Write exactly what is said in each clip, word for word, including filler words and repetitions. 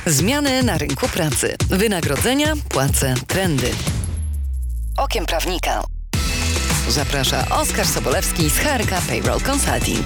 Zmiany na rynku pracy, wynagrodzenia, płace, trendy. Okiem prawnika. Zaprasza Oskar Sobolewski z H R K Payroll Consulting.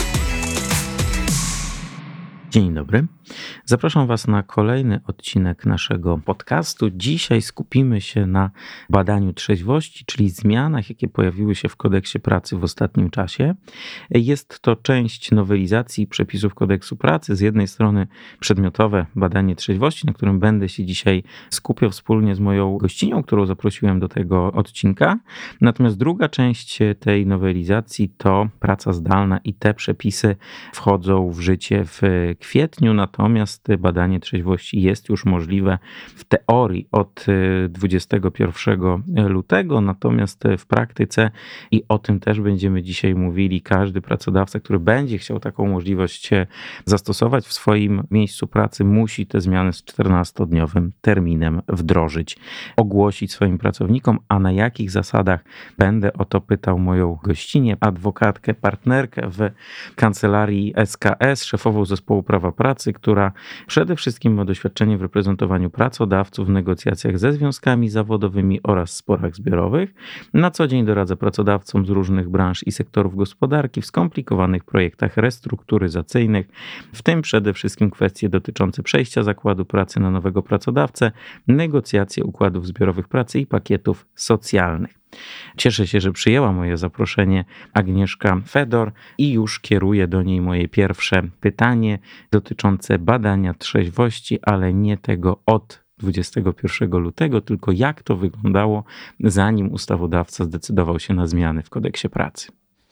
Dzień dobry. Zapraszam Was na kolejny odcinek naszego podcastu. Dzisiaj skupimy się na badaniu trzeźwości, czyli zmianach, jakie pojawiły się w kodeksie pracy w ostatnim czasie. Jest to część nowelizacji przepisów kodeksu pracy. Z jednej strony przedmiotowe badanie trzeźwości, na którym będę się dzisiaj skupiał wspólnie z moją gościnią, którą zaprosiłem do tego odcinka. Natomiast druga część tej nowelizacji to praca zdalna i te przepisy wchodzą w życie w kwietniu, natomiast badanie trzeźwości jest już możliwe w teorii od dwudziestego pierwszego lutego, natomiast w praktyce, i o tym też będziemy dzisiaj mówili, każdy pracodawca, który będzie chciał taką możliwość zastosować w swoim miejscu pracy, musi te zmiany z czternastodniowym terminem wdrożyć, ogłosić swoim pracownikom, a na jakich zasadach będę o to pytał moją gościnię, adwokatkę, partnerkę w kancelarii S K S, szefową zespołu prawa pracy, która przede wszystkim ma doświadczenie w reprezentowaniu pracodawców w negocjacjach ze związkami zawodowymi oraz sporach zbiorowych. Na co dzień doradza pracodawcom z różnych branż i sektorów gospodarki w skomplikowanych projektach restrukturyzacyjnych, w tym przede wszystkim kwestie dotyczące przejścia zakładu pracy na nowego pracodawcę, negocjacje układów zbiorowych pracy i pakietów socjalnych. Cieszę się, że przyjęła moje zaproszenie Agnieszka Fedor i już kieruję do niej moje pierwsze pytanie dotyczące badania trzeźwości, ale nie tego od dwudziestego pierwszego lutego, tylko jak to wyglądało, zanim ustawodawca zdecydował się na zmiany w kodeksie pracy.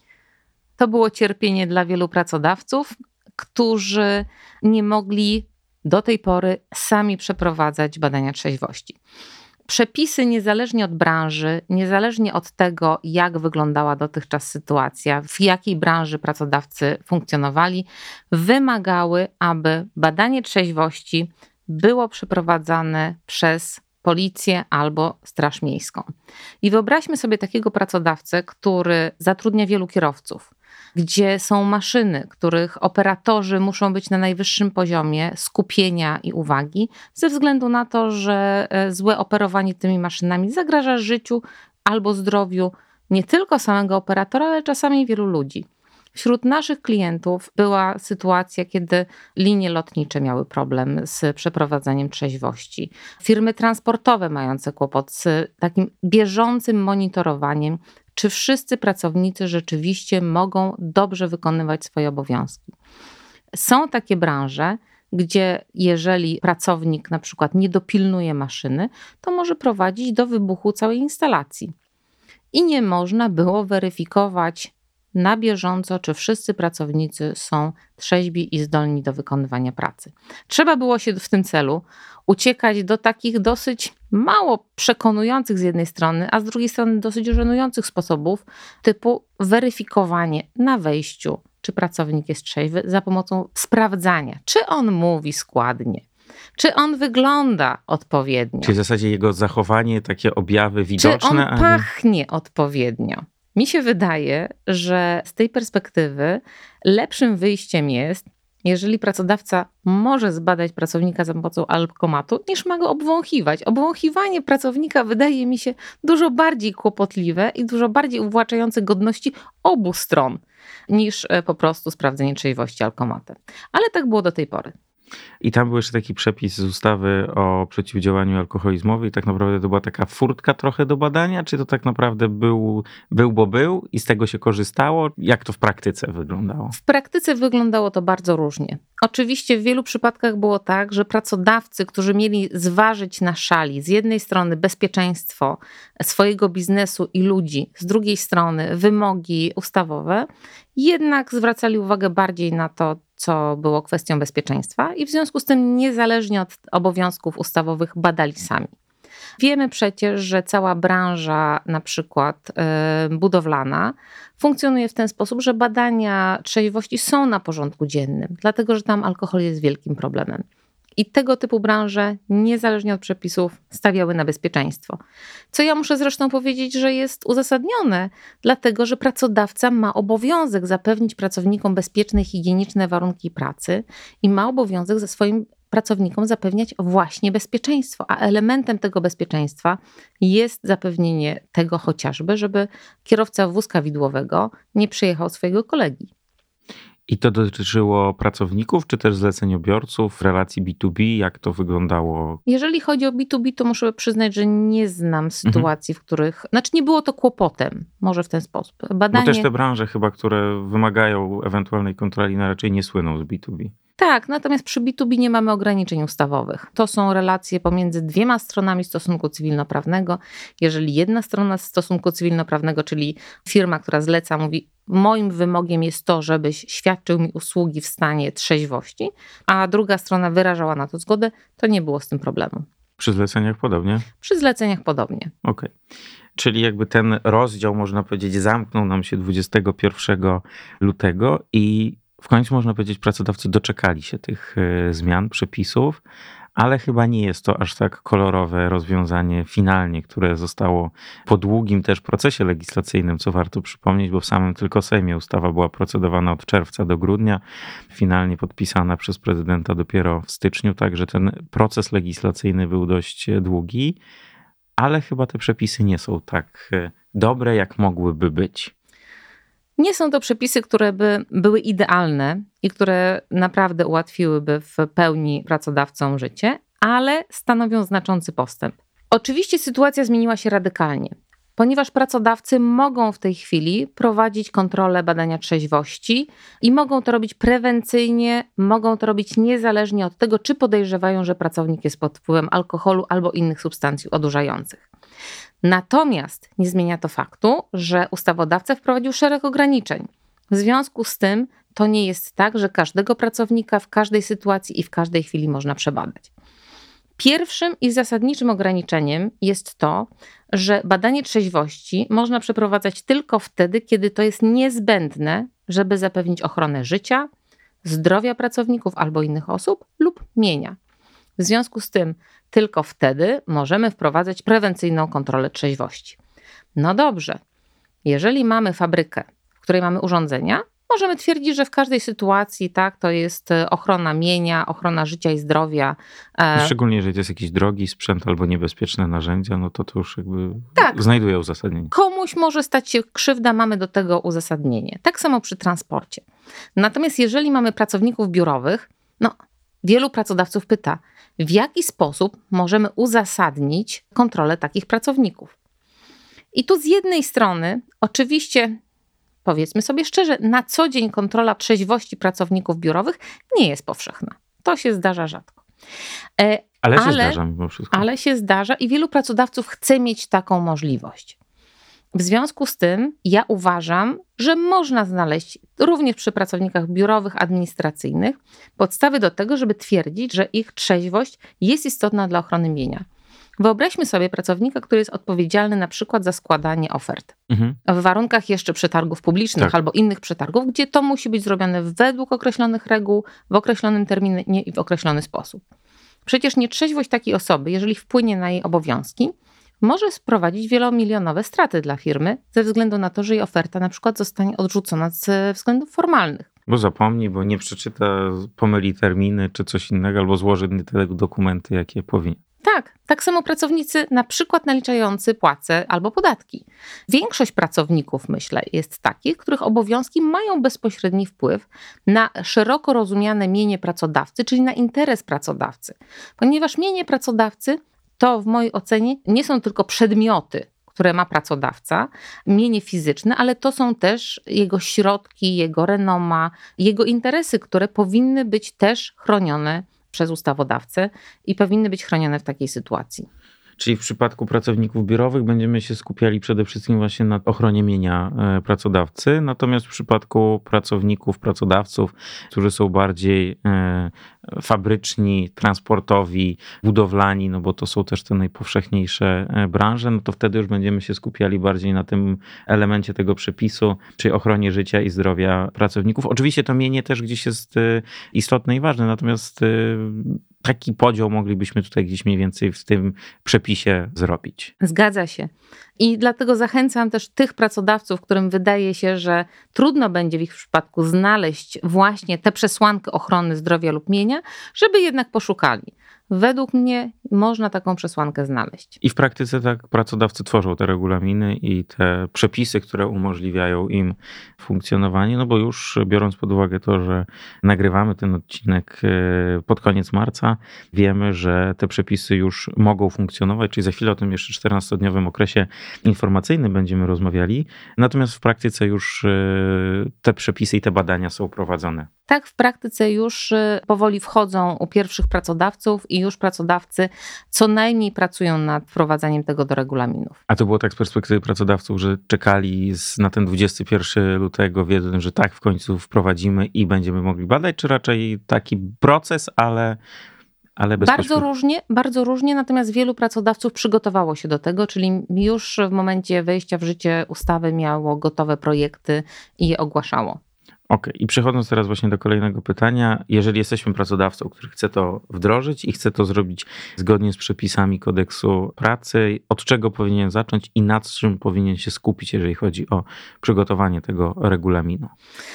To było cierpienie dla wielu pracodawców, którzy nie mogli do tej pory sami przeprowadzać badania trzeźwości. Przepisy, niezależnie od branży, niezależnie od tego, jak wyglądała dotychczas sytuacja, w jakiej branży pracodawcy funkcjonowali, wymagały, aby badanie trzeźwości było przeprowadzane przez policję albo Straż Miejską. I wyobraźmy sobie takiego pracodawcę, który zatrudnia wielu kierowców, gdzie są maszyny, których operatorzy muszą być na najwyższym poziomie skupienia i uwagi, ze względu na to, że złe operowanie tymi maszynami zagraża życiu albo zdrowiu nie tylko samego operatora, ale czasami wielu ludzi. Wśród naszych klientów była sytuacja, kiedy linie lotnicze miały problem z przeprowadzaniem trzeźwości. Firmy transportowe mające kłopot z takim bieżącym monitorowaniem, czy wszyscy pracownicy rzeczywiście mogą dobrze wykonywać swoje obowiązki. Są takie branże, gdzie jeżeli pracownik na przykład nie dopilnuje maszyny, to może prowadzić do wybuchu całej instalacji. I nie można było weryfikować na bieżąco, czy wszyscy pracownicy są trzeźwi i zdolni do wykonywania pracy. Trzeba było się w tym celu uciekać do takich dosyć mało przekonujących z jednej strony, a z drugiej strony dosyć żenujących sposobów, typu weryfikowanie na wejściu, czy pracownik jest trzeźwy, za pomocą sprawdzania, czy on mówi składnie, czy on wygląda odpowiednio. Czyli w zasadzie jego zachowanie, takie objawy widoczne. Czy on a nie... pachnie odpowiednio. Mi się wydaje, że z tej perspektywy lepszym wyjściem jest, jeżeli pracodawca może zbadać pracownika za pomocą alkomatu, niż ma go obwąchiwać. Obwąchiwanie pracownika wydaje mi się dużo bardziej kłopotliwe i dużo bardziej uwłaczające godności obu stron, niż po prostu sprawdzenie trzeźwości alkomatem. Ale tak było do tej pory. I tam był jeszcze taki przepis z ustawy o przeciwdziałaniu alkoholizmowi i tak naprawdę to była taka furtka trochę do badania, czy to tak naprawdę był, był bo był i z tego się korzystało? Jak to w praktyce wyglądało? W praktyce wyglądało to bardzo różnie. Oczywiście w wielu przypadkach było tak, że pracodawcy, którzy mieli zważyć na szali z jednej strony bezpieczeństwo swojego biznesu i ludzi, z drugiej strony wymogi ustawowe, jednak zwracali uwagę bardziej na to, co było kwestią bezpieczeństwa i w związku z tym niezależnie od obowiązków ustawowych badali sami. Wiemy przecież, że cała branża, na przykład yy, budowlana, funkcjonuje w ten sposób, że badania trzeźwości są na porządku dziennym, dlatego że tam alkohol jest wielkim problemem. I tego typu branże, niezależnie od przepisów, stawiały na bezpieczeństwo. Co ja muszę zresztą powiedzieć, że jest uzasadnione, dlatego że pracodawca ma obowiązek zapewnić pracownikom bezpieczne, higieniczne warunki pracy i ma obowiązek ze swoim pracownikom zapewniać właśnie bezpieczeństwo, a elementem tego bezpieczeństwa jest zapewnienie tego chociażby, żeby kierowca wózka widłowego nie przejechał swojego kolegi. I to dotyczyło pracowników, czy też zleceniobiorców w relacji B dwa B? Jak to wyglądało? Jeżeli chodzi o B dwa B, to muszę przyznać, że nie znam sytuacji, mhm. w których... Znaczy nie było to kłopotem, może w ten sposób. Badanie... Bo też te branże chyba, które wymagają ewentualnej kontroli, no raczej nie słyną z B dwa B. Tak, natomiast przy B dwa B nie mamy ograniczeń ustawowych. To są relacje pomiędzy dwiema stronami stosunku cywilnoprawnego. Jeżeli jedna strona stosunku cywilnoprawnego, czyli firma, która zleca, mówi: moim wymogiem jest to, żebyś świadczył mi usługi w stanie trzeźwości, a druga strona wyrażała na to zgodę, to nie było z tym problemu. Przy zleceniach podobnie? Przy zleceniach podobnie. Okej. Okay. Czyli jakby ten rozdział, można powiedzieć, zamknął nam się dwudziestego pierwszego lutego i w końcu, można powiedzieć, pracodawcy doczekali się tych zmian, przepisów, ale chyba nie jest to aż tak kolorowe rozwiązanie finalnie, które zostało po długim też procesie legislacyjnym, co warto przypomnieć, bo w samym tylko Sejmie ustawa była procedowana od czerwca do grudnia, finalnie podpisana przez prezydenta dopiero w styczniu, także ten proces legislacyjny był dość długi, ale chyba te przepisy nie są tak dobre, jak mogłyby być. Nie są to przepisy, które by były idealne i które naprawdę ułatwiłyby w pełni pracodawcom życie, ale stanowią znaczący postęp. Oczywiście sytuacja zmieniła się radykalnie, ponieważ pracodawcy mogą w tej chwili prowadzić kontrolę badania trzeźwości i mogą to robić prewencyjnie, mogą to robić niezależnie od tego, czy podejrzewają, że pracownik jest pod wpływem alkoholu albo innych substancji odurzających. Natomiast nie zmienia to faktu, że ustawodawca wprowadził szereg ograniczeń. W związku z tym to nie jest tak, że każdego pracownika w każdej sytuacji i w każdej chwili można przebadać. Pierwszym i zasadniczym ograniczeniem jest to, że badanie trzeźwości można przeprowadzać tylko wtedy, kiedy to jest niezbędne, żeby zapewnić ochronę życia, zdrowia pracowników albo innych osób lub mienia. W związku z tym tylko wtedy możemy wprowadzać prewencyjną kontrolę trzeźwości. No dobrze, jeżeli mamy fabrykę, w której mamy urządzenia, możemy twierdzić, że w każdej sytuacji tak, to jest ochrona mienia, ochrona życia i zdrowia. Szczególnie jeżeli to jest jakiś drogi sprzęt albo niebezpieczne narzędzia, no to to już jakby tak. znajduje uzasadnienie. Komuś może stać się krzywda, mamy do tego uzasadnienie. Tak samo przy transporcie. Natomiast jeżeli mamy pracowników biurowych, no wielu pracodawców pyta, w jaki sposób możemy uzasadnić kontrolę takich pracowników. I tu z jednej strony, oczywiście, powiedzmy sobie szczerze, na co dzień kontrola trzeźwości pracowników biurowych nie jest powszechna. To się zdarza rzadko. E, ale się ale, zdarza mimo wszystko. Ale się zdarza i wielu pracodawców chce mieć taką możliwość. W związku z tym ja uważam, że można znaleźć również przy pracownikach biurowych, administracyjnych podstawy do tego, żeby twierdzić, że ich trzeźwość jest istotna dla ochrony mienia. Wyobraźmy sobie pracownika, który jest odpowiedzialny na przykład za składanie ofert. Mhm. W warunkach jeszcze przetargów publicznych tak. albo innych przetargów, gdzie to musi być zrobione według określonych reguł, w określonym terminie i w określony sposób. Przecież nietrzeźwość takiej osoby, jeżeli wpłynie na jej obowiązki, może sprowadzić wielomilionowe straty dla firmy ze względu na to, że jej oferta na przykład zostanie odrzucona z względów formalnych. Bo zapomni, bo nie przeczyta, pomyli terminy czy coś innego, albo złoży nie te dokumenty, jakie powinien. Tak, tak samo pracownicy na przykład naliczający płace albo podatki. Większość pracowników, myślę, jest takich, których obowiązki mają bezpośredni wpływ na szeroko rozumiane mienie pracodawcy, czyli na interes pracodawcy. Ponieważ mienie pracodawcy to w mojej ocenie nie są tylko przedmioty, które ma pracodawca, mienie fizyczne, ale to są też jego środki, jego renoma, jego interesy, które powinny być też chronione przez ustawodawcę i powinny być chronione w takiej sytuacji. Czyli w przypadku pracowników biurowych będziemy się skupiali przede wszystkim właśnie na ochronie mienia pracodawcy, natomiast w przypadku pracowników, pracodawców, którzy są bardziej fabryczni, transportowi, budowlani, no bo to są też te najpowszechniejsze branże, no to wtedy już będziemy się skupiali bardziej na tym elemencie tego przepisu, czyli ochronie życia i zdrowia pracowników. Oczywiście to mienie też gdzieś jest istotne i ważne, natomiast taki podział moglibyśmy tutaj gdzieś mniej więcej w tym przepisie zrobić. Zgadza się. I dlatego zachęcam też tych pracodawców, którym wydaje się, że trudno będzie w ich przypadku znaleźć właśnie tę przesłankę ochrony zdrowia lub mienia, badania, żeby jednak poszukali. Według mnie można taką przesłankę znaleźć. I w praktyce tak pracodawcy tworzą te regulaminy i te przepisy, które umożliwiają im funkcjonowanie, no bo już biorąc pod uwagę to, że nagrywamy ten odcinek pod koniec marca, wiemy, że te przepisy już mogą funkcjonować, czyli za chwilę o tym jeszcze czternastodniowym okresie informacyjnym będziemy rozmawiali, natomiast w praktyce już te przepisy i te badania są prowadzone. Tak, w praktyce już powoli wchodzą u pierwszych pracodawców i już pracodawcy co najmniej pracują nad wprowadzaniem tego do regulaminów. A to było tak z perspektywy pracodawców, że czekali na ten dwudziestego pierwszego lutego, wiedząc, że tak w końcu wprowadzimy i będziemy mogli badać, czy raczej taki proces, ale... Ale bardzo różnie, bardzo różnie, natomiast wielu pracodawców przygotowało się do tego, czyli już w momencie wejścia w życie ustawy miało gotowe projekty i je ogłaszało. Okej, okay. I przechodząc teraz właśnie do kolejnego pytania, jeżeli jesteśmy pracodawcą, który chce to wdrożyć i chce to zrobić zgodnie z przepisami kodeksu pracy, od czego powinien zacząć i nad czym powinien się skupić, jeżeli chodzi o przygotowanie tego regulaminu?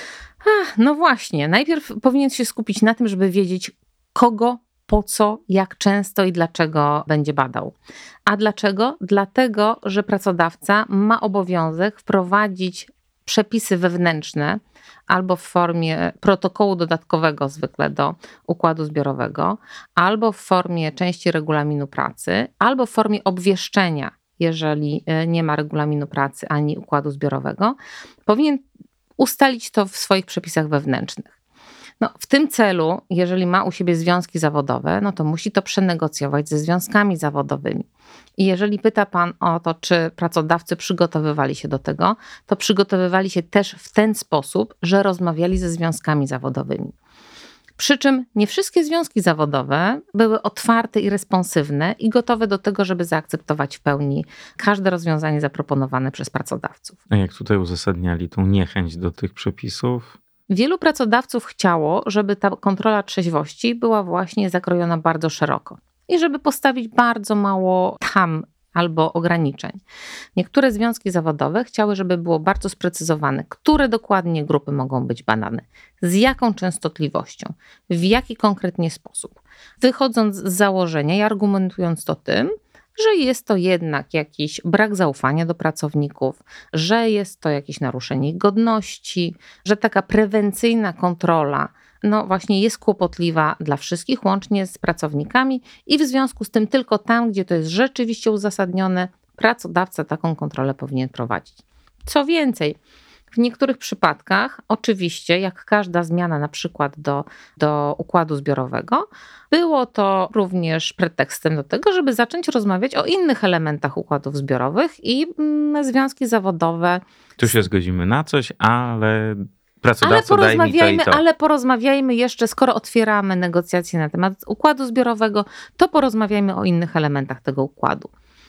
Ach, no właśnie, najpierw powinien się skupić na tym, żeby wiedzieć, kogo, po co, jak często i dlaczego będzie badał. A dlaczego? Dlatego, że pracodawca ma obowiązek wprowadzić przepisy wewnętrzne albo w formie protokołu dodatkowego zwykle do układu zbiorowego, albo w formie części regulaminu pracy, albo w formie obwieszczenia, jeżeli nie ma regulaminu pracy ani układu zbiorowego, powinien ustalić to w swoich przepisach wewnętrznych. No, w tym celu, jeżeli ma u siebie związki zawodowe, no to musi to przenegocjować ze związkami zawodowymi. I jeżeli pyta pan o to, czy pracodawcy przygotowywali się do tego, to przygotowywali się też w ten sposób, że rozmawiali ze związkami zawodowymi. Przy czym nie wszystkie związki zawodowe były otwarte i responsywne i gotowe do tego, żeby zaakceptować w pełni każde rozwiązanie zaproponowane przez pracodawców. A jak tutaj uzasadniali tą niechęć do tych przepisów? Wielu pracodawców chciało, żeby ta kontrola trzeźwości była właśnie zakrojona bardzo szeroko i żeby postawić bardzo mało tam albo ograniczeń. Niektóre związki zawodowe chciały, żeby było bardzo sprecyzowane, które dokładnie grupy mogą być badane, z jaką częstotliwością, w jaki konkretnie sposób. Wychodząc z założenia i argumentując to tym, że jest to jednak jakiś brak zaufania do pracowników, że jest to jakieś naruszenie ich godności, że taka prewencyjna kontrola no właśnie jest kłopotliwa dla wszystkich, łącznie z pracownikami i w związku z tym tylko tam, gdzie to jest rzeczywiście uzasadnione, pracodawca taką kontrolę powinien prowadzić. Co więcej, w niektórych przypadkach, oczywiście, jak każda zmiana na przykład do, do układu zbiorowego, było to również pretekstem do tego, żeby zacząć rozmawiać o innych elementach układów zbiorowych i mm, związki zawodowe. Tu się zgodzimy na coś, ale pracodawca ale daj mi to i to. Ale porozmawiajmy jeszcze, skoro otwieramy negocjacje na temat układu zbiorowego, to porozmawiajmy o innych elementach tego układu.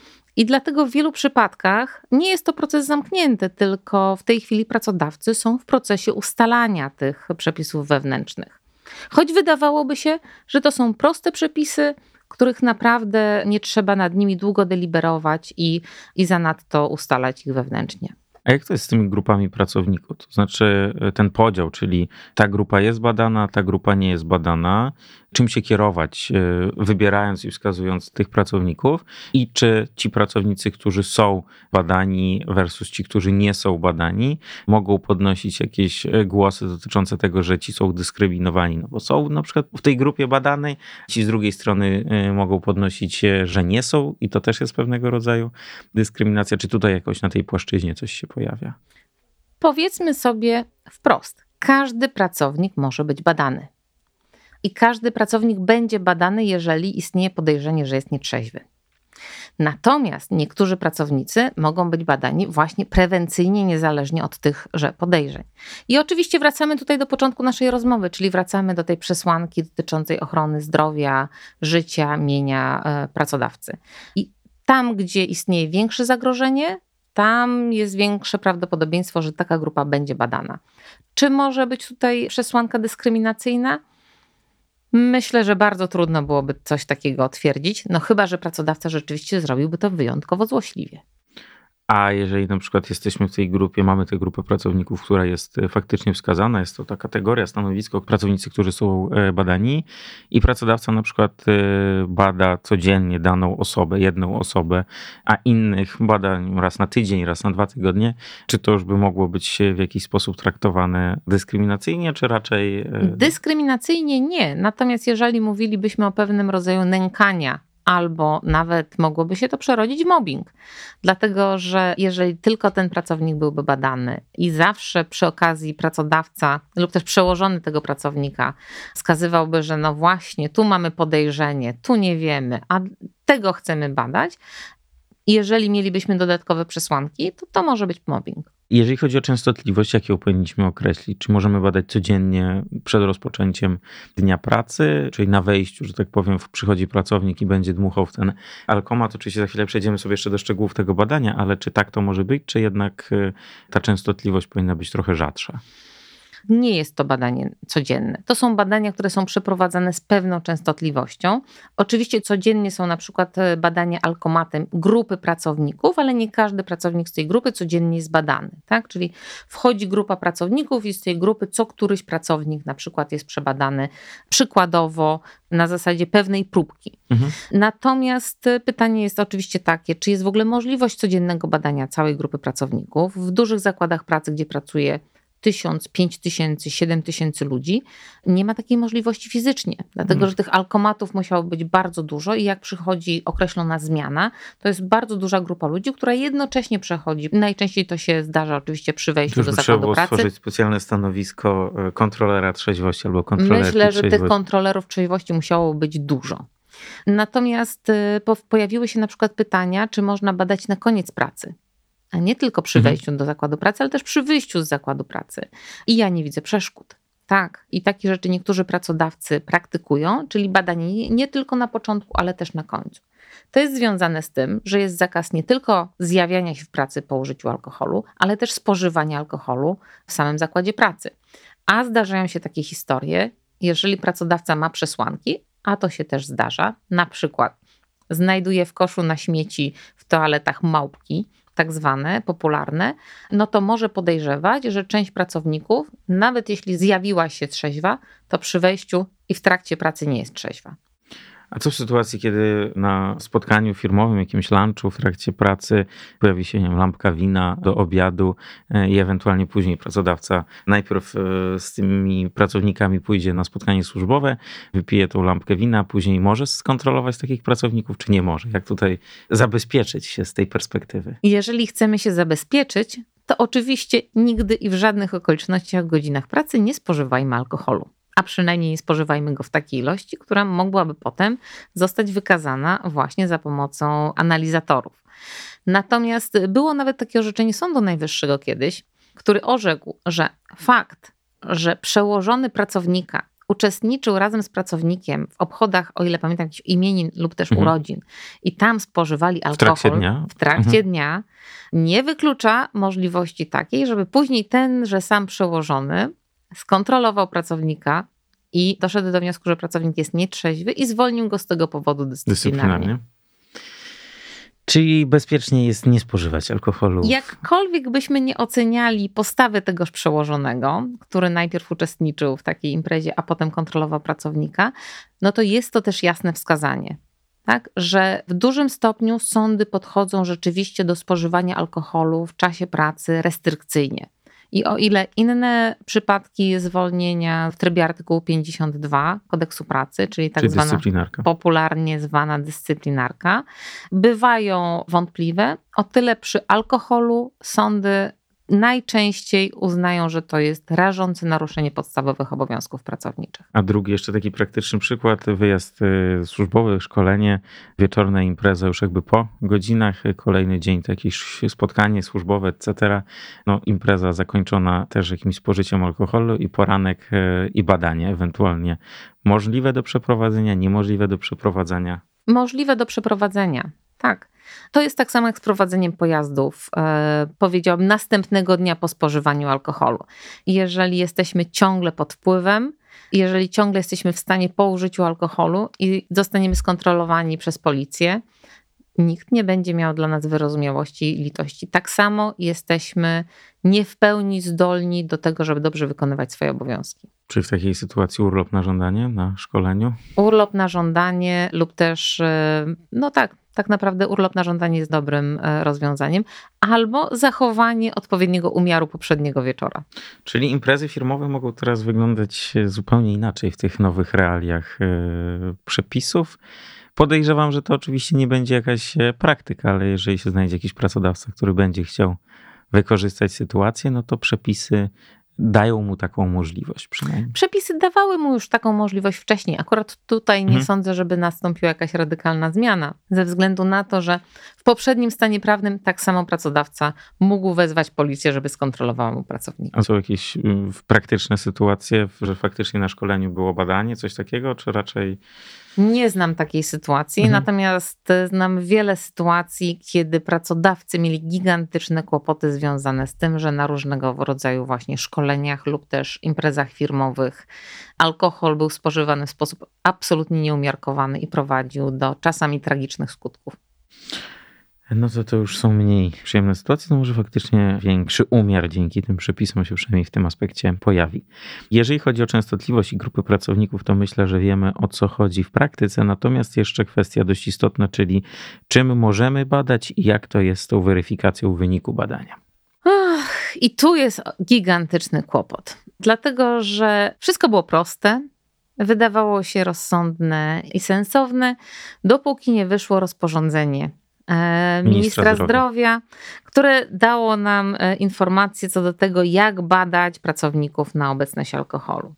I dlatego w wielu przypadkach nie jest to proces zamknięty, tylko w tej chwili pracodawcy są w procesie ustalania tych przepisów wewnętrznych. Choć wydawałoby się, że to są proste przepisy, których naprawdę nie trzeba nad nimi długo deliberować i, i zanadto ustalać ich wewnętrznie. A jak to jest z tymi grupami pracowników? To znaczy ten podział, czyli ta grupa jest badana, ta grupa nie jest badana. Czym się kierować, wybierając i wskazując tych pracowników i czy ci pracownicy, którzy są badani versus ci, którzy nie są badani, mogą podnosić jakieś głosy dotyczące tego, że ci są dyskryminowani, no bo są na przykład w tej grupie badanej, ci z drugiej strony mogą podnosić, że nie są i to też jest pewnego rodzaju dyskryminacja. Czy tutaj jakoś na tej płaszczyźnie coś się pojawia? Powiedzmy sobie wprost, każdy pracownik może być badany. I każdy pracownik będzie badany, jeżeli istnieje podejrzenie, że jest nietrzeźwy. Natomiast niektórzy pracownicy mogą być badani właśnie prewencyjnie, niezależnie od tychże podejrzeń. I oczywiście wracamy tutaj do początku naszej rozmowy, czyli wracamy do tej przesłanki dotyczącej ochrony zdrowia, życia, mienia pracodawcy. I tam, gdzie istnieje większe zagrożenie, tam jest większe prawdopodobieństwo, że taka grupa będzie badana. Czy może być tutaj przesłanka dyskryminacyjna? Myślę, że bardzo trudno byłoby coś takiego twierdzić, no chyba że pracodawca rzeczywiście zrobiłby to wyjątkowo złośliwie. A jeżeli na przykład jesteśmy w tej grupie, mamy tę grupę pracowników, która jest faktycznie wskazana, jest to ta kategoria, stanowisko, pracownicy, którzy są badani i pracodawca na przykład bada codziennie daną osobę, jedną osobę, a innych bada raz na tydzień, raz na dwa tygodnie, czy to już by mogło być w jakiś sposób traktowane dyskryminacyjnie, czy raczej... Dyskryminacyjnie nie, natomiast jeżeli mówilibyśmy o pewnym rodzaju nękania, albo nawet mogłoby się to przerodzić w mobbing. Dlatego, że jeżeli tylko ten pracownik byłby badany i zawsze przy okazji pracodawca lub też przełożony tego pracownika wskazywałby, że no właśnie, tu mamy podejrzenie, tu nie wiemy, a tego chcemy badać, jeżeli mielibyśmy dodatkowe przesłanki, to to może być mobbing. Jeżeli chodzi o częstotliwość, jak ją powinniśmy określić? Czy możemy badać codziennie przed rozpoczęciem dnia pracy, czyli na wejściu, że tak powiem, przychodzi pracownik i będzie dmuchał w ten alkomat? Oczywiście za chwilę przejdziemy sobie jeszcze do szczegółów tego badania, ale czy tak to może być, czy jednak ta częstotliwość powinna być trochę rzadsza? Nie jest to badanie codzienne. To są badania, które są przeprowadzane z pewną częstotliwością. Oczywiście codziennie są na przykład badania alkomatem grupy pracowników, ale nie każdy pracownik z tej grupy codziennie jest badany. Tak? Czyli wchodzi grupa pracowników i z tej grupy co któryś pracownik na przykład jest przebadany przykładowo na zasadzie pewnej próbki. Mhm. Natomiast pytanie jest oczywiście takie, czy jest w ogóle możliwość codziennego badania całej grupy pracowników. W dużych zakładach pracy, gdzie pracuje tysiąc, pięć tysięcy, siedem tysięcy ludzi, nie ma takiej możliwości fizycznie, dlatego mm. że tych alkomatów musiało być bardzo dużo i jak przychodzi określona zmiana, to jest bardzo duża grupa ludzi, która jednocześnie przechodzi. Najczęściej to się zdarza oczywiście przy wejściu do zakładu pracy. Trzeba było stworzyć specjalne stanowisko kontrolera trzeźwości albo kontrolerki Myślę, że trzeźwości. Tych kontrolerów trzeźwości musiało być dużo. Natomiast pojawiły się na przykład pytania, czy można badać na koniec pracy. A nie tylko przy wejściu mhm. do zakładu pracy, ale też przy wyjściu z zakładu pracy. I ja nie widzę przeszkód. Tak, i takie rzeczy niektórzy pracodawcy praktykują, czyli badanie nie tylko na początku, ale też na końcu. To jest związane z tym, że jest zakaz nie tylko zjawiania się w pracy po użyciu alkoholu, ale też spożywania alkoholu w samym zakładzie pracy. A zdarzają się takie historie, jeżeli pracodawca ma przesłanki, a to się też zdarza, na przykład znajduje w koszu na śmieci w toaletach małpki, tak zwane, popularne, no to może podejrzewać, że część pracowników, nawet jeśli zjawiła się trzeźwa, to przy wejściu i w trakcie pracy nie jest trzeźwa. A co w sytuacji, kiedy na spotkaniu firmowym, jakimś lunchu w trakcie pracy pojawi się, nie wiem, lampka wina do obiadu i ewentualnie później pracodawca najpierw z tymi pracownikami pójdzie na spotkanie służbowe, wypije tą lampkę wina, później może skontrolować takich pracowników, czy nie może? Jak tutaj zabezpieczyć się z tej perspektywy? Jeżeli chcemy się zabezpieczyć, to oczywiście nigdy i w żadnych okolicznościach w godzinach pracy nie spożywajmy alkoholu. A przynajmniej nie spożywajmy go w takiej ilości, która mogłaby potem zostać wykazana właśnie za pomocą analizatorów. Natomiast było nawet takie orzeczenie Sądu Najwyższego kiedyś, który orzekł, że fakt, że przełożony pracownika uczestniczył razem z pracownikiem w obchodach, o ile pamiętam, jakichś imienin lub też mhm. urodzin i tam spożywali alkohol w trakcie dnia, w trakcie mhm. dnia nie wyklucza możliwości takiej, żeby później tenże sam przełożony skontrolował pracownika i doszedł do wniosku, że pracownik jest nietrzeźwy i zwolnił go z tego powodu dyscyplinarnie. dyscyplinarnie. Czyli bezpiecznie jest nie spożywać alkoholu? Jakkolwiek byśmy nie oceniali postawy tegoż przełożonego, który najpierw uczestniczył w takiej imprezie, a potem kontrolował pracownika, no to jest to też jasne wskazanie. Tak, że w dużym stopniu sądy podchodzą rzeczywiście do spożywania alkoholu w czasie pracy restrykcyjnie. I o ile inne przypadki zwolnienia w trybie artykułu pięćdziesiąt dwa Kodeksu Pracy, czyli tak czyli zwana popularnie zwana dyscyplinarka, bywają wątpliwe, o tyle przy alkoholu sądy najczęściej uznają, że to jest rażące naruszenie podstawowych obowiązków pracowniczych. A drugi jeszcze taki praktyczny przykład, wyjazd służbowy, szkolenie, wieczorna impreza już jakby po godzinach, kolejny dzień to jakieś spotkanie służbowe, et cetera. No impreza zakończona też jakimś spożyciem alkoholu i poranek i badanie ewentualnie. Możliwe do przeprowadzenia, niemożliwe do przeprowadzenia? Możliwe do przeprowadzenia, tak. To jest tak samo jak z prowadzeniem pojazdów, e, powiedziałabym, następnego dnia po spożywaniu alkoholu. Jeżeli jesteśmy ciągle pod wpływem, jeżeli ciągle jesteśmy w stanie po użyciu alkoholu i zostaniemy skontrolowani przez policję, nikt nie będzie miał dla nas wyrozumiałości i litości. Tak samo jesteśmy nie w pełni zdolni do tego, żeby dobrze wykonywać swoje obowiązki. Czy w takiej sytuacji urlop na żądanie na szkoleniu? Urlop na żądanie lub też, no tak, tak naprawdę urlop na żądanie jest dobrym rozwiązaniem, albo zachowanie odpowiedniego umiaru poprzedniego wieczora. Czyli imprezy firmowe mogą teraz wyglądać zupełnie inaczej w tych nowych realiach przepisów. Podejrzewam, że to oczywiście nie będzie jakaś praktyka, ale jeżeli się znajdzie jakiś pracodawca, który będzie chciał wykorzystać sytuację, no to przepisy dają mu taką możliwość przynajmniej. Przepisy dawały mu już taką możliwość wcześniej. Akurat tutaj nie mhm. sądzę, żeby nastąpiła jakaś radykalna zmiana, ze względu na to, że w poprzednim stanie prawnym tak samo pracodawca mógł wezwać policję, żeby skontrolowała mu pracownika. A są jakieś praktyczne sytuacje, że faktycznie na szkoleniu było badanie, coś takiego, czy raczej... Nie znam takiej sytuacji, mhm. natomiast znam wiele sytuacji, kiedy pracodawcy mieli gigantyczne kłopoty związane z tym, że na różnego rodzaju właśnie szkoleniach lub też imprezach firmowych alkohol był spożywany w sposób absolutnie nieumiarkowany i prowadził do czasami tragicznych skutków. No to to już są mniej przyjemne sytuacje, no może faktycznie większy umiar dzięki tym przepisom się przynajmniej w tym aspekcie pojawi. Jeżeli chodzi o częstotliwość i grupy pracowników, to myślę, że wiemy, o co chodzi w praktyce, natomiast jeszcze kwestia dość istotna, czyli czym możemy badać i jak to jest z tą weryfikacją wyniku badania. Ach, i tu jest gigantyczny kłopot, dlatego że wszystko było proste, wydawało się rozsądne i sensowne, dopóki nie wyszło rozporządzenie Ministra, Ministra zdrowia. zdrowia, które dało nam informacje co do tego, jak badać pracowników na obecność alkoholu.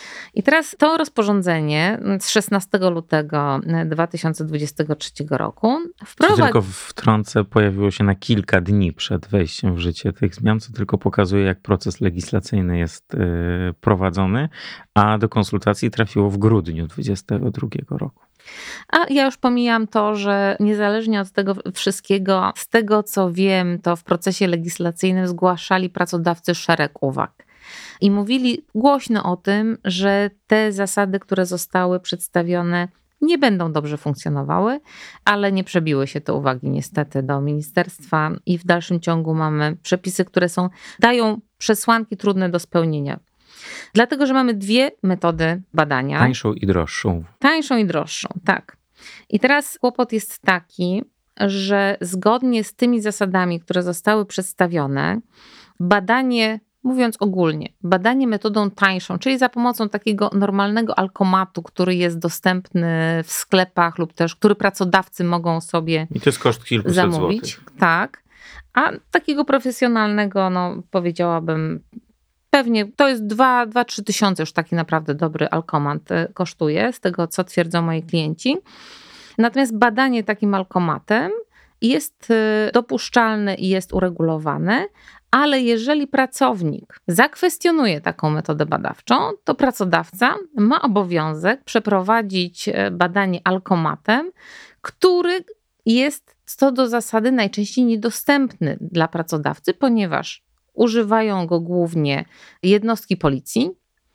I teraz to rozporządzenie z szesnastego lutego dwa tysiące dwudziestego trzeciego roku wprowadzi... Tylko wtrącę, pojawiło się na kilka dni przed wejściem w życie tych zmian, co tylko pokazuje, jak proces legislacyjny jest prowadzony, a do konsultacji trafiło w grudniu dwudziestego drugiego roku. A ja już pomijam to, że niezależnie od tego wszystkiego, z tego co wiem, to w procesie legislacyjnym zgłaszali pracodawcy szereg uwag. I mówili głośno o tym, że te zasady, które zostały przedstawione, nie będą dobrze funkcjonowały, ale nie przebiły się te uwagi niestety do ministerstwa i w dalszym ciągu mamy przepisy, które są, dają przesłanki trudne do spełnienia. Dlatego, że mamy dwie metody badania. Tańszą i droższą. Tańszą i droższą, tak. I teraz kłopot jest taki, że zgodnie z tymi zasadami, które zostały przedstawione, badanie, mówiąc ogólnie, badanie metodą tańszą, czyli za pomocą takiego normalnego alkomatu, który jest dostępny w sklepach lub też, który pracodawcy mogą sobie I to jest koszt kilkuset zamówić. Złotych. Tak. A takiego profesjonalnego, no powiedziałabym, pewnie to jest dwa do trzech tysiące już taki naprawdę dobry alkomat kosztuje, z tego co twierdzą moi klienci. Natomiast badanie takim alkomatem jest dopuszczalne i jest uregulowane, ale jeżeli pracownik zakwestionuje taką metodę badawczą, to pracodawca ma obowiązek przeprowadzić badanie alkomatem, który jest co do zasady najczęściej niedostępny dla pracodawcy, ponieważ używają go głównie jednostki policji,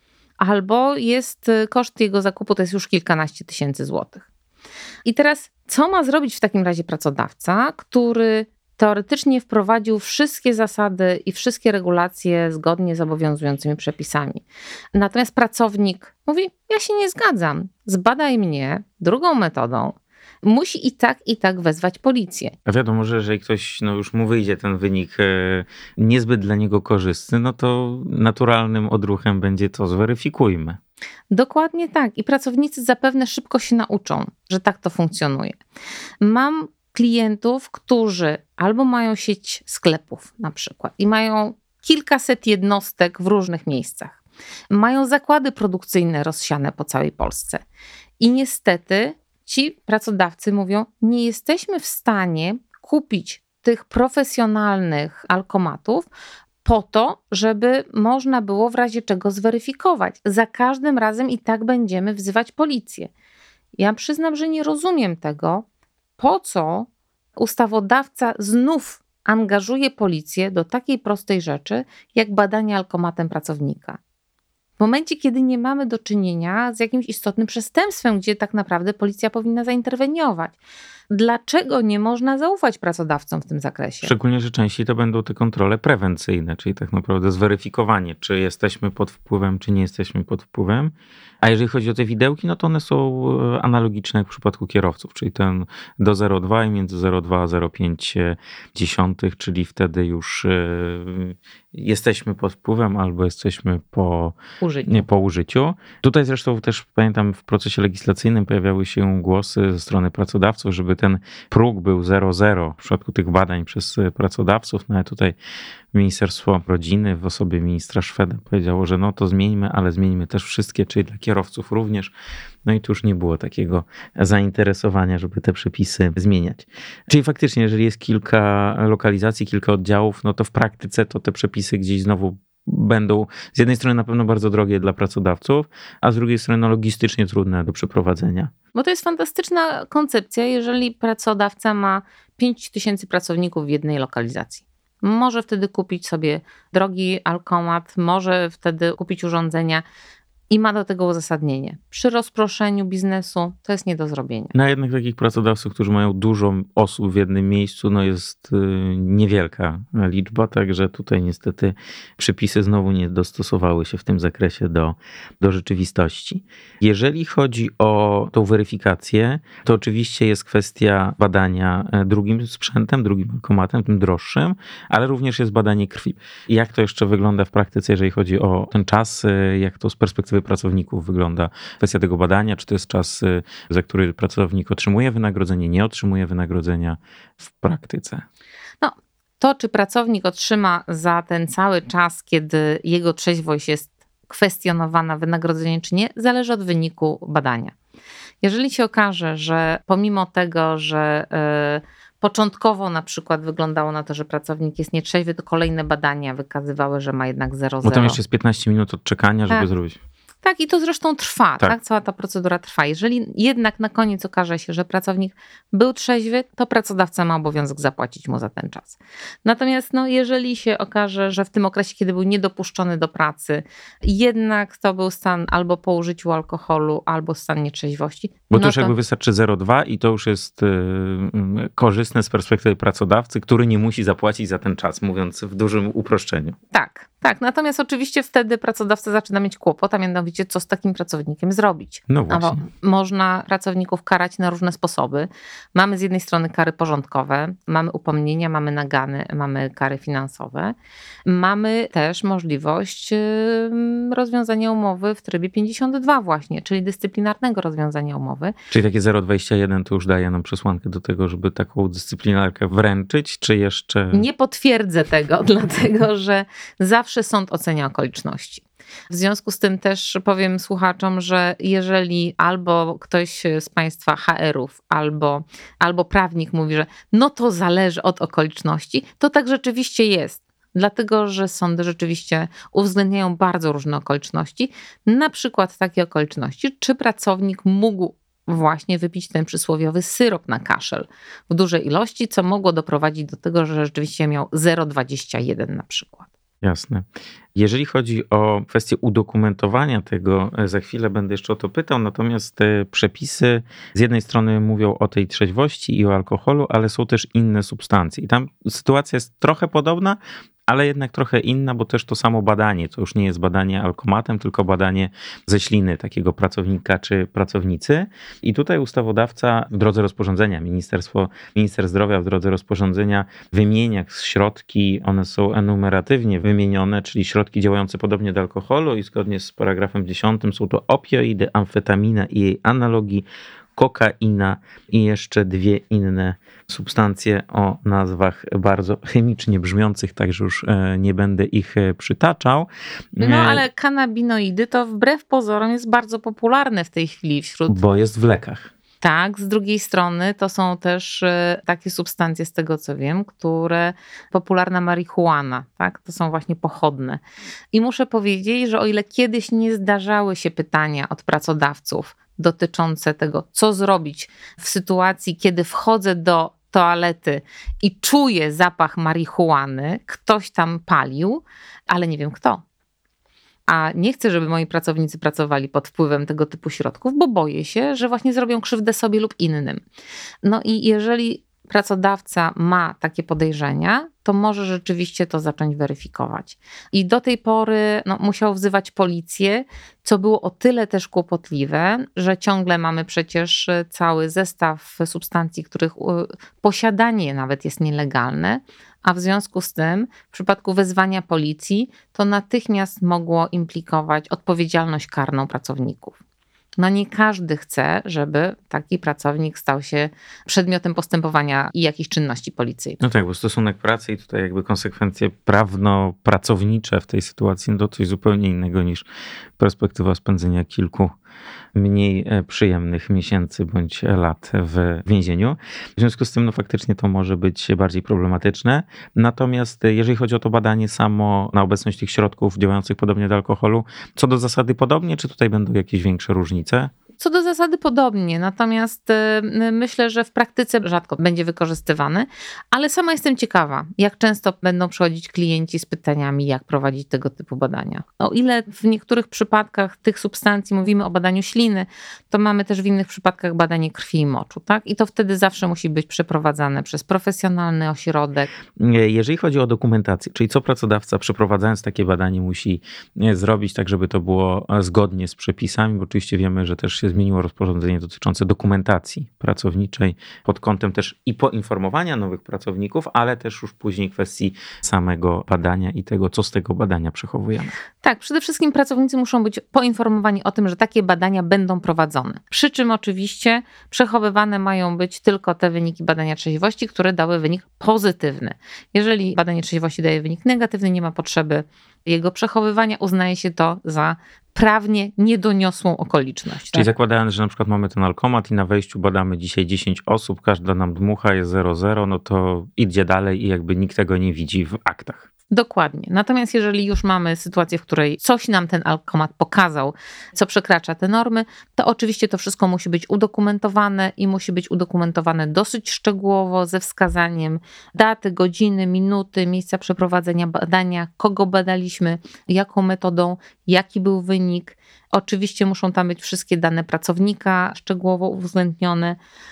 albo jest koszt jego zakupu to jest już kilkanaście tysięcy złotych. I teraz co ma zrobić w takim razie pracodawca, który teoretycznie wprowadził wszystkie zasady i wszystkie regulacje zgodnie z obowiązującymi przepisami. Natomiast pracownik mówi, ja się nie zgadzam, zbadaj mnie drugą metodą. Musi i tak, i tak wezwać policję. A wiadomo, że jeżeli ktoś, no już mu wyjdzie ten wynik e, niezbyt dla niego korzystny, no to naturalnym odruchem będzie to zweryfikujmy. Dokładnie tak. I pracownicy zapewne szybko się nauczą, że tak to funkcjonuje. Mam klientów, którzy albo mają sieć sklepów na przykład i mają kilkaset jednostek w różnych miejscach. Mają zakłady produkcyjne rozsiane po całej Polsce. I niestety ci pracodawcy mówią, nie jesteśmy w stanie kupić tych profesjonalnych alkomatów po to, żeby można było w razie czego zweryfikować. Za każdym razem i tak będziemy wzywać policję. Ja przyznam, że nie rozumiem tego, po co ustawodawca znów angażuje policję do takiej prostej rzeczy, jak badanie alkomatem pracownika. W momencie, kiedy nie mamy do czynienia z jakimś istotnym przestępstwem, gdzie tak naprawdę policja powinna zainterweniować. Dlaczego nie można zaufać pracodawcom w tym zakresie? Szczególnie, że częściej to będą te kontrole prewencyjne, czyli tak naprawdę zweryfikowanie, czy jesteśmy pod wpływem, czy nie jesteśmy pod wpływem. A jeżeli chodzi o te widełki, no to one są analogiczne jak w przypadku kierowców, czyli ten do zero przecinek dwa i między zero przecinek dwa a zero przecinek pięć, czyli wtedy już jesteśmy pod wpływem albo jesteśmy po użyciu. Nie, po użyciu. Tutaj zresztą też pamiętam w procesie legislacyjnym pojawiały się głosy ze strony pracodawców, żeby ten próg był zero przecinek zero w przypadku tych badań przez pracodawców. No ale tutaj Ministerstwo Rodziny w osobie ministra Szweda powiedziało, że no to zmieńmy, ale zmieńmy też wszystkie, czyli dla kierowców również. No i tu już nie było takiego zainteresowania, żeby te przepisy zmieniać. Czyli faktycznie, jeżeli jest kilka lokalizacji, kilka oddziałów, no to w praktyce to te przepisy gdzieś znowu będą z jednej strony na pewno bardzo drogie dla pracodawców, a z drugiej strony no, logistycznie trudne do przeprowadzenia. Bo to jest fantastyczna koncepcja, jeżeli pracodawca ma pięć tysięcy pracowników w jednej lokalizacji. Może wtedy kupić sobie drogi alkomat, może wtedy kupić urządzenia i ma do tego uzasadnienie. Przy rozproszeniu biznesu to jest nie do zrobienia. No jednak takich pracodawców, którzy mają dużo osób w jednym miejscu, no jest niewielka liczba, także tutaj niestety przepisy znowu nie dostosowały się w tym zakresie do, do rzeczywistości. Jeżeli chodzi o tą weryfikację, to oczywiście jest kwestia badania drugim sprzętem, drugim alkomatem, tym droższym, ale również jest badanie krwi. Jak to jeszcze wygląda w praktyce, jeżeli chodzi o ten czas, jak to z perspektywy pracowników wygląda kwestia tego badania, czy to jest czas, za który pracownik otrzymuje wynagrodzenie, nie otrzymuje wynagrodzenia w praktyce? No, to czy pracownik otrzyma za ten cały czas, kiedy jego trzeźwość jest kwestionowana, wynagrodzenie czy nie, zależy od wyniku badania. Jeżeli się okaże, że pomimo tego, że yy, początkowo na przykład wyglądało na to, że pracownik jest nietrzeźwy, to kolejne badania wykazywały, że ma jednak zero zero. Bo tam jeszcze jest piętnaście minut od czekania, żeby tak. zrobić. Tak, i to zresztą trwa, tak. tak? Cała ta procedura trwa. Jeżeli jednak na koniec okaże się, że pracownik był trzeźwy, to pracodawca ma obowiązek zapłacić mu za ten czas. Natomiast no, jeżeli się okaże, że w tym okresie, kiedy był niedopuszczony do pracy, jednak to był stan albo po użyciu alkoholu, albo stan nietrzeźwości. Bo no to już to... jakby wystarczy zero przecinek dwa i to już jest yy, korzystne z perspektywy pracodawcy, który nie musi zapłacić za ten czas, mówiąc w dużym uproszczeniu. Tak, tak. Natomiast oczywiście wtedy pracodawca zaczyna mieć kłopot, a mianowicie co z takim pracownikiem zrobić. No właśnie. No bo można pracowników karać na różne sposoby. Mamy z jednej strony kary porządkowe, mamy upomnienia, mamy nagany, mamy kary finansowe. Mamy też możliwość rozwiązania umowy w trybie pięćdziesiąt dwa właśnie, czyli dyscyplinarnego rozwiązania umowy. Czyli takie zero przecinek dwadzieścia jeden to już daje nam przesłankę do tego, żeby taką dyscyplinarkę wręczyć, czy jeszcze... Nie potwierdzę tego, dlatego że zawsze sąd ocenia okoliczności. W związku z tym też powiem słuchaczom, że jeżeli albo ktoś z Państwa H R-ów, albo, albo prawnik mówi, że no to zależy od okoliczności, to tak rzeczywiście jest. Dlatego, że sądy rzeczywiście uwzględniają bardzo różne okoliczności. Na przykład takie okoliczności, czy pracownik mógł właśnie wypić ten przysłowiowy syrop na kaszel w dużej ilości, co mogło doprowadzić do tego, że rzeczywiście miał zero przecinek dwadzieścia jeden na przykład. Jasne. Jeżeli chodzi o kwestię udokumentowania tego, za chwilę będę jeszcze o to pytał, natomiast te przepisy z jednej strony mówią o tej trzeźwości i o alkoholu, ale są też inne substancje. I tam sytuacja jest trochę podobna, ale jednak trochę inna, bo też to samo badanie, to już nie jest badanie alkomatem, tylko badanie ze śliny takiego pracownika czy pracownicy. I tutaj ustawodawca w drodze rozporządzenia, Ministerstwo, Minister Zdrowia w drodze rozporządzenia wymienia środki, one są enumeratywnie wymienione, czyli środki działające podobnie do alkoholu i zgodnie z paragrafem dziesiątym są to opioidy, amfetamina i jej analogi, kokaina i jeszcze dwie inne substancje o nazwach bardzo chemicznie brzmiących, także już nie będę ich przytaczał. No ale kanabinoidy to wbrew pozorom jest bardzo popularne w tej chwili wśród... Bo jest w lekach. Tak, z drugiej strony to są też takie substancje, z tego co wiem, które popularna marihuana, tak, to są właśnie pochodne. I muszę powiedzieć, że o ile kiedyś nie zdarzały się pytania od pracodawców dotyczące tego, co zrobić w sytuacji, kiedy wchodzę do toalety i czuję zapach marihuany, ktoś tam palił, ale nie wiem kto. a nie chcę, żeby moi pracownicy pracowali pod wpływem tego typu środków, bo boję się, że właśnie zrobią krzywdę sobie lub innym. No i jeżeli pracodawca ma takie podejrzenia, to może rzeczywiście to zacząć weryfikować. I do tej pory no, musiał wzywać policję, co było o tyle też kłopotliwe, że ciągle mamy przecież cały zestaw substancji, których posiadanie nawet jest nielegalne, a w związku z tym w przypadku wezwania policji to natychmiast mogło implikować odpowiedzialność karną pracowników. No nie każdy chce, żeby taki pracownik stał się przedmiotem postępowania i jakichś czynności policyjnych. No tak, bo stosunek pracy i tutaj jakby konsekwencje prawno-pracownicze w tej sytuacji no to coś zupełnie innego niż perspektywa spędzenia kilku mniej przyjemnych miesięcy bądź lat w więzieniu. W związku z tym no faktycznie to może być bardziej problematyczne. Natomiast jeżeli chodzi o to badanie samo na obecność tych środków działających podobnie do alkoholu, co do zasady podobnie, czy tutaj będą jakieś większe różnice? Co do zasady podobnie, natomiast myślę, że w praktyce rzadko będzie wykorzystywany, ale sama jestem ciekawa, jak często będą przychodzić klienci z pytaniami, jak prowadzić tego typu badania. O ile w niektórych przypadkach tych substancji mówimy o badaniu śliny, to mamy też w innych przypadkach badanie krwi i moczu, tak? I to wtedy zawsze musi być przeprowadzane przez profesjonalny ośrodek. Jeżeli chodzi o dokumentację, czyli co pracodawca przeprowadzając takie badanie musi zrobić, tak żeby to było zgodnie z przepisami, bo oczywiście wiemy, że też się zmieniło rozporządzenie dotyczące dokumentacji pracowniczej pod kątem też i poinformowania nowych pracowników, ale też już później kwestii samego badania i tego, co z tego badania przechowujemy. Tak, przede wszystkim pracownicy muszą być poinformowani o tym, że takie badania będą prowadzone. Przy czym oczywiście przechowywane mają być tylko te wyniki badania trzeźwości, które dały wynik pozytywny. Jeżeli badanie trzeźwości daje wynik negatywny, nie ma potrzeby jego przechowywania, uznaje się to za prawnie niedoniosłą okoliczność. Czyli tak? zakładając, że na przykład mamy ten alkomat i na wejściu badamy dzisiaj dziesięć osób, każda nam dmucha, jest zero zero, no to idzie dalej i jakby nikt tego nie widzi w aktach. Dokładnie. Natomiast jeżeli już mamy sytuację, w której coś nam ten alkomat pokazał, co przekracza te normy, to oczywiście to wszystko musi być udokumentowane i musi być udokumentowane dosyć szczegółowo ze wskazaniem daty, godziny, minuty, miejsca przeprowadzenia badania, kogo badaliśmy, jaką metodą, jaki był wynik. Oczywiście muszą tam być wszystkie dane pracownika szczegółowo uwzględnione.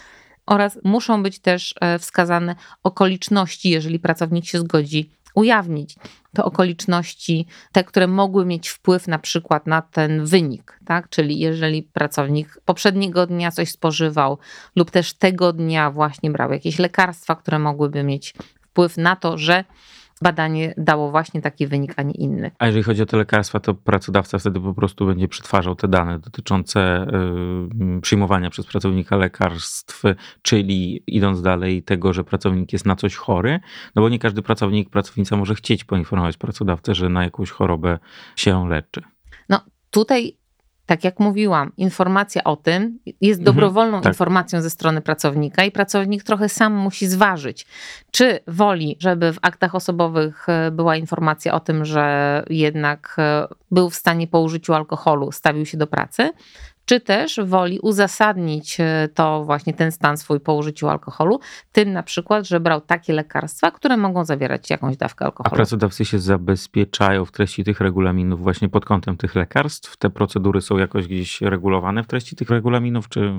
Oraz muszą być też wskazane okoliczności, jeżeli pracownik się zgodzi ujawnić. To okoliczności, te, które mogły mieć wpływ na przykład na ten wynik, tak? Czyli jeżeli pracownik poprzedniego dnia coś spożywał lub też tego dnia właśnie brał jakieś lekarstwa, które mogłyby mieć wpływ na to, że badanie dało właśnie taki wynik, a nie inny. A jeżeli chodzi o te lekarstwa, to pracodawca wtedy po prostu będzie przetwarzał te dane dotyczące y, przyjmowania przez pracownika lekarstw, czyli idąc dalej tego, że pracownik jest na coś chory, no bo nie każdy pracownik, pracownica może chcieć poinformować pracodawcę, że na jakąś chorobę się leczy. No tutaj, tak jak mówiłam, informacja o tym jest dobrowolną mhm, tak. informacją ze strony pracownika i pracownik trochę sam musi zważyć, czy woli, żeby w aktach osobowych była informacja o tym, że jednak był w stanie po użyciu alkoholu stawił się do pracy, czy też woli uzasadnić to właśnie ten stan swój po użyciu alkoholu, tym na przykład, że brał takie lekarstwa, które mogą zawierać jakąś dawkę alkoholu. A pracodawcy się zabezpieczają w treści tych regulaminów właśnie pod kątem tych lekarstw? Te procedury są jakoś gdzieś regulowane w treści tych regulaminów, czy...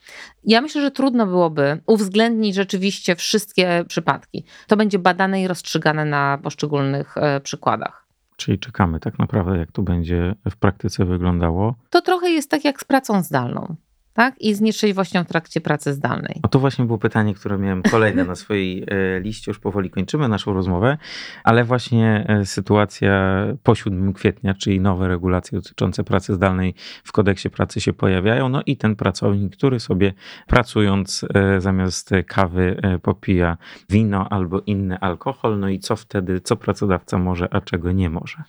Ja myślę, że trudno byłoby uwzględnić rzeczywiście wszystkie przypadki. To będzie badane i rozstrzygane na poszczególnych przykładach. Czyli czekamy tak naprawdę, jak to będzie w praktyce wyglądało. To trochę jest tak jak z pracą zdalną, tak? I z nietrzeźwością w trakcie pracy zdalnej. No to właśnie było pytanie, które miałem kolejne na swojej liście. Już powoli kończymy naszą rozmowę, ale właśnie sytuacja po siódmego kwietnia, czyli nowe regulacje dotyczące pracy zdalnej w kodeksie pracy się pojawiają. No i ten pracownik, który sobie pracując zamiast kawy popija wino albo inny alkohol. No i co wtedy, co pracodawca może, a czego nie może?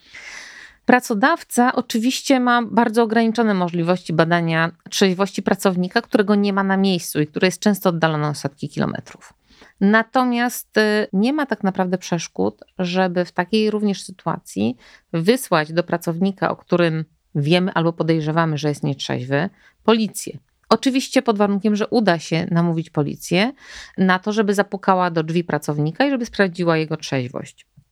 Pracodawca oczywiście ma bardzo ograniczone możliwości badania trzeźwości pracownika, którego nie ma na miejscu i który jest często oddalony o setki kilometrów. Natomiast nie ma tak naprawdę przeszkód, żeby w takiej również sytuacji wysłać do pracownika, o którym wiemy albo podejrzewamy, że jest nietrzeźwy, policję. Oczywiście pod warunkiem, że uda się namówić policję na to, żeby zapukała do drzwi pracownika i żeby sprawdziła jego trzeźwość.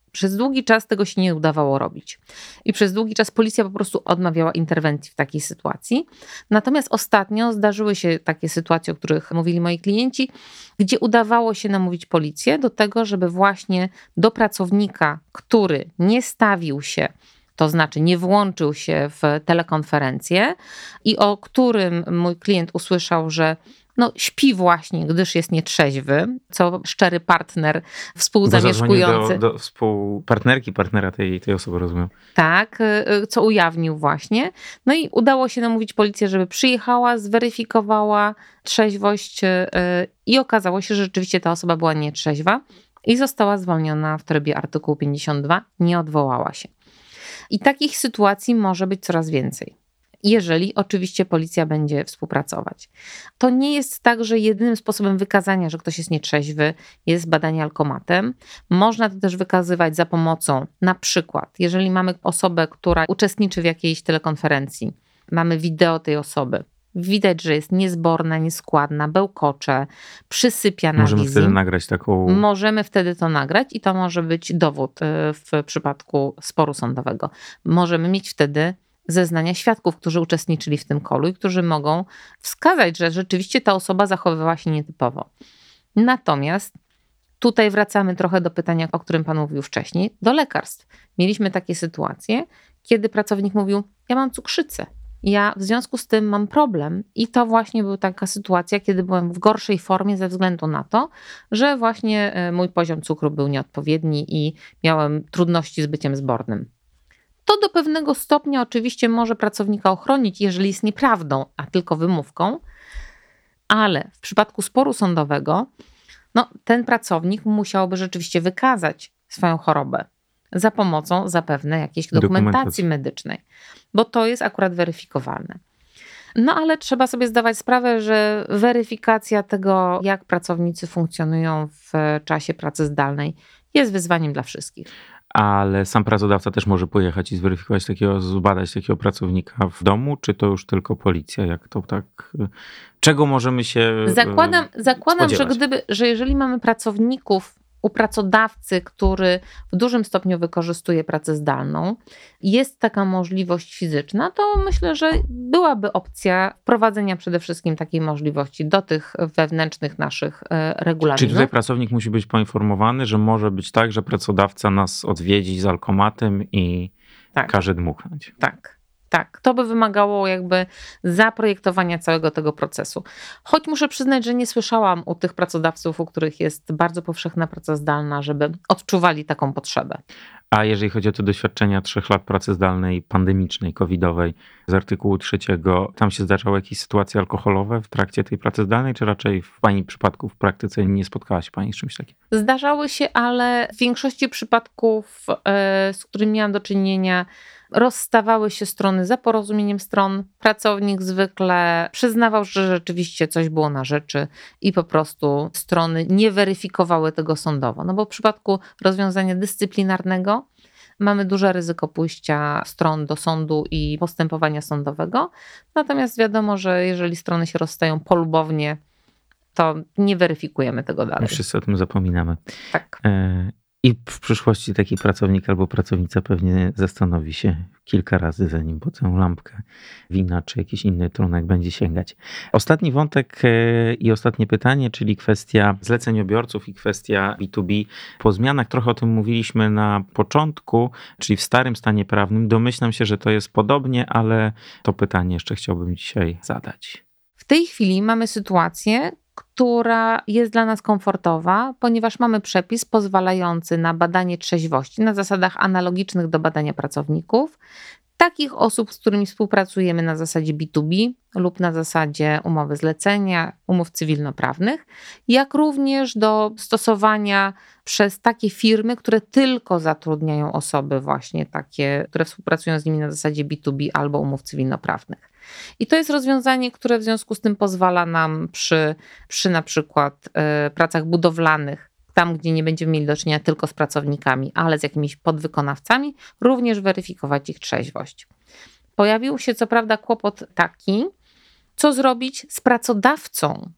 Przez długi czas tego się nie udawało robić. I przez długi czas policja po prostu odmawiała interwencji w takiej sytuacji. Natomiast ostatnio zdarzyły się takie sytuacje, o których mówili moi klienci, gdzie udawało się namówić policję do tego, żeby właśnie do pracownika, który nie stawił się, to znaczy nie włączył się w telekonferencję i o którym mój klient usłyszał, że no, śpi właśnie, gdyż jest nietrzeźwy, co szczery partner współzamieszkujący. Do, do współpartnerki, partnera tej, tej osoby, rozumiem. Tak, co ujawnił właśnie. No i udało się namówić policję, żeby przyjechała, zweryfikowała trzeźwość i okazało się, że rzeczywiście ta osoba była nietrzeźwa i została zwolniona w trybie artykułu pięćdziesiąt dwa, nie odwołała się. I takich sytuacji może być coraz więcej, jeżeli oczywiście policja będzie współpracować. To nie jest tak, że jedynym sposobem wykazania, że ktoś jest nietrzeźwy, jest badanie alkomatem. Można to też wykazywać za pomocą, na przykład, jeżeli mamy osobę, która uczestniczy w jakiejś telekonferencji, mamy wideo tej osoby, widać, że jest niezborna, nieskładna, bełkocze, przysypia na Możemy wizji. wtedy nagrać taką... Możemy wtedy to nagrać i to może być dowód w przypadku sporu sądowego. Możemy mieć wtedy zeznania świadków, którzy uczestniczyli w tym kolu i którzy mogą wskazać, że rzeczywiście ta osoba zachowywała się nietypowo. Natomiast tutaj wracamy trochę do pytania, o którym pan mówił wcześniej, do lekarstw. Mieliśmy takie sytuacje, kiedy pracownik mówił, ja mam cukrzycę. Ja w związku z tym mam problem i to właśnie była taka sytuacja, kiedy byłem w gorszej formie ze względu na to, że właśnie mój poziom cukru był nieodpowiedni i miałem trudności z byciem zbornym. To do pewnego stopnia oczywiście może pracownika ochronić, jeżeli jest nieprawdą, a tylko wymówką, ale w przypadku sporu sądowego no, ten pracownik musiałby rzeczywiście wykazać swoją chorobę za pomocą zapewne jakiejś dokumentacji, dokumentacji medycznej, bo to jest akurat weryfikowalne. No ale trzeba sobie zdawać sprawę, że weryfikacja tego, jak pracownicy funkcjonują w czasie pracy zdalnej, jest wyzwaniem dla wszystkich. Ale sam pracodawca też może pojechać i zweryfikować takiego, zbadać takiego pracownika w domu, czy to już tylko policja? Jak to tak? Czego możemy się Zakładam, zakładam że, spodziewać? gdyby, że jeżeli mamy pracowników u pracodawcy, który w dużym stopniu wykorzystuje pracę zdalną, jest taka możliwość fizyczna, to myślę, że byłaby opcja wprowadzenia przede wszystkim takiej możliwości do tych wewnętrznych naszych regulaminów. Czyli tutaj pracownik musi być poinformowany, że może być tak, że pracodawca nas odwiedzi z alkomatem i tak. każe dmuchnąć. Tak. Tak, to by wymagało jakby zaprojektowania całego tego procesu. Choć muszę przyznać, że nie słyszałam u tych pracodawców, u których jest bardzo powszechna praca zdalna, żeby odczuwali taką potrzebę. A jeżeli chodzi o te doświadczenia trzech lat pracy zdalnej, pandemicznej, covidowej, z artykułu trzeciego, tam się zdarzały jakieś sytuacje alkoholowe w trakcie tej pracy zdalnej, czy raczej w pani przypadku w praktyce nie spotkała się pani z czymś takim? Zdarzały się, ale w większości przypadków, z którymi miałam do czynienia, rozstawały się strony za porozumieniem stron. Pracownik zwykle przyznawał, że rzeczywiście coś było na rzeczy i po prostu strony nie weryfikowały tego sądowo. No bo w przypadku rozwiązania dyscyplinarnego mamy duże ryzyko pójścia stron do sądu i postępowania sądowego. Natomiast wiadomo, że jeżeli strony się rozstają polubownie, to nie weryfikujemy tego dalej. Wszyscy o tym zapominamy. Tak. E- I w przyszłości taki pracownik albo pracownica pewnie zastanowi się kilka razy, zanim po tę lampkę wina czy jakiś inny trunek będzie sięgać. Ostatni wątek i ostatnie pytanie, czyli kwestia zleceniobiorców i kwestia B dwa B. Po zmianach trochę o tym mówiliśmy na początku, czyli w starym stanie prawnym. Domyślam się, że to jest podobnie, ale to pytanie jeszcze chciałbym dzisiaj zadać. W tej chwili mamy sytuację, która jest dla nas komfortowa, ponieważ mamy przepis pozwalający na badanie trzeźwości na zasadach analogicznych do badania pracowników, takich osób, z którymi współpracujemy na zasadzie B dwa B lub na zasadzie umowy zlecenia, umów cywilnoprawnych, jak również do stosowania przez takie firmy, które tylko zatrudniają osoby właśnie takie, które współpracują z nimi na zasadzie B dwa B albo umów cywilnoprawnych. I to jest rozwiązanie, które w związku z tym pozwala nam przy, przy na przykład y, pracach budowlanych, tam gdzie nie będziemy mieli do czynienia tylko z pracownikami, ale z jakimiś podwykonawcami, również weryfikować ich trzeźwość. Pojawił się co prawda kłopot taki, co zrobić z pracodawcą,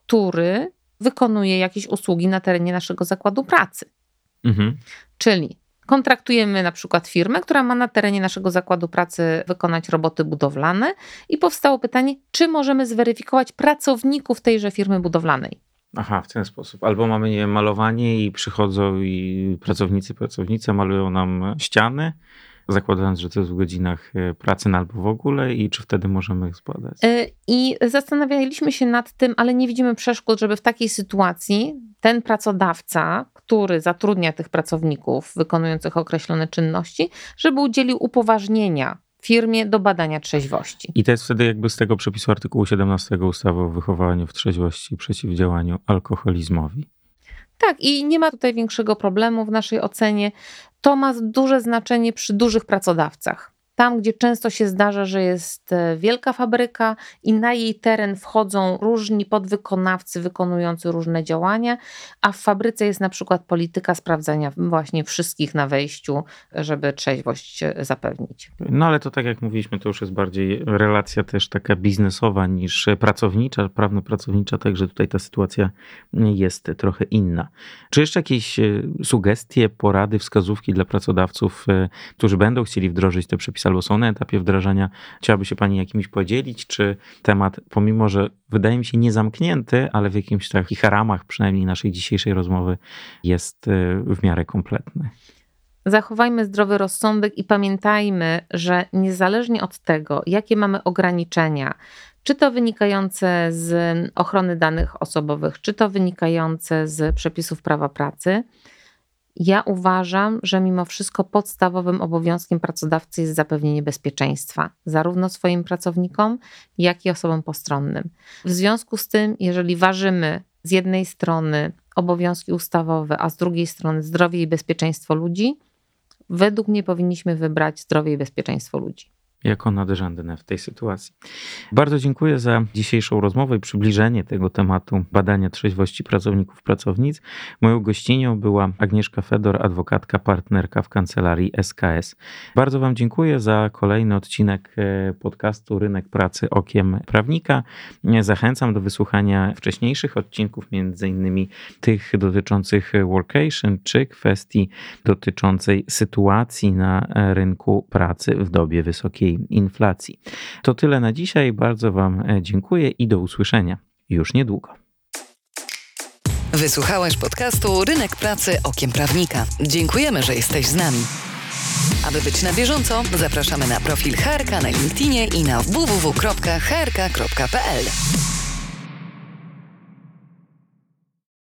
który wykonuje jakieś usługi na terenie naszego zakładu pracy. Mhm. Czyli Kontraktujemy na przykład firmę, która ma na terenie naszego zakładu pracy wykonać roboty budowlane i powstało pytanie, czy możemy zweryfikować pracowników tejże firmy budowlanej. Aha, w ten sposób. Albo mamy, nie wiem, malowanie i przychodzą i pracownicy, pracownice malują nam ściany, zakładając, że to jest w godzinach pracy albo w ogóle i czy wtedy możemy ich zbadać? I zastanawialiśmy się nad tym, ale nie widzimy przeszkód, żeby w takiej sytuacji ten pracodawca, który zatrudnia tych pracowników wykonujących określone czynności, żeby udzielił upoważnienia firmie do badania trzeźwości. I to jest wtedy jakby z tego przepisu artykułu siedemnastego ustawy o wychowaniu w trzeźwości i przeciwdziałaniu alkoholizmowi. Tak, i nie ma tutaj większego problemu w naszej ocenie. To ma duże znaczenie przy dużych pracodawcach. Tam, gdzie często się zdarza, że jest wielka fabryka i na jej teren wchodzą różni podwykonawcy wykonujący różne działania, a w fabryce jest na przykład polityka sprawdzania właśnie wszystkich na wejściu, żeby trzeźwość zapewnić. No ale to tak jak mówiliśmy, to już jest bardziej relacja też taka biznesowa niż pracownicza, prawno-pracownicza, także tutaj ta sytuacja jest trochę inna. Czy jeszcze jakieś sugestie, porady, wskazówki dla pracodawców, którzy będą chcieli wdrożyć te przepisy albo są na etapie wdrażania? Chciałaby się Pani jakimś podzielić? Czy temat, pomimo że wydaje mi się niezamknięty, ale w jakimś takich ramach przynajmniej naszej dzisiejszej rozmowy jest w miarę kompletny? Zachowajmy zdrowy rozsądek i pamiętajmy, że niezależnie od tego, jakie mamy ograniczenia, czy to wynikające z ochrony danych osobowych, czy to wynikające z przepisów prawa pracy, ja uważam, że mimo wszystko podstawowym obowiązkiem pracodawcy jest zapewnienie bezpieczeństwa zarówno swoim pracownikom, jak i osobom postronnym. W związku z tym, jeżeli ważymy z jednej strony obowiązki ustawowe, a z drugiej strony zdrowie i bezpieczeństwo ludzi, według mnie powinniśmy wybrać zdrowie i bezpieczeństwo ludzi jako nadrzędne w tej sytuacji. Bardzo dziękuję za dzisiejszą rozmowę i przybliżenie tego tematu badania trzeźwości pracowników, pracownic. Moją gościnią była Agnieszka Fedor, adwokatka, partnerka w kancelarii S K S. Bardzo Wam dziękuję za kolejny odcinek podcastu Rynek Pracy okiem prawnika. Zachęcam do wysłuchania wcześniejszych odcinków, między innymi tych dotyczących workation, czy kwestii dotyczącej sytuacji na rynku pracy w dobie wysokiej inflacji. To tyle na dzisiaj. Bardzo Wam dziękuję i do usłyszenia już niedługo. Wysłuchałeś podcastu Rynek Pracy okiem prawnika. Dziękujemy, że jesteś z nami. Aby być na bieżąco, zapraszamy na profil H R K na LinkedInie i na w w w kropka h r k kropka p l.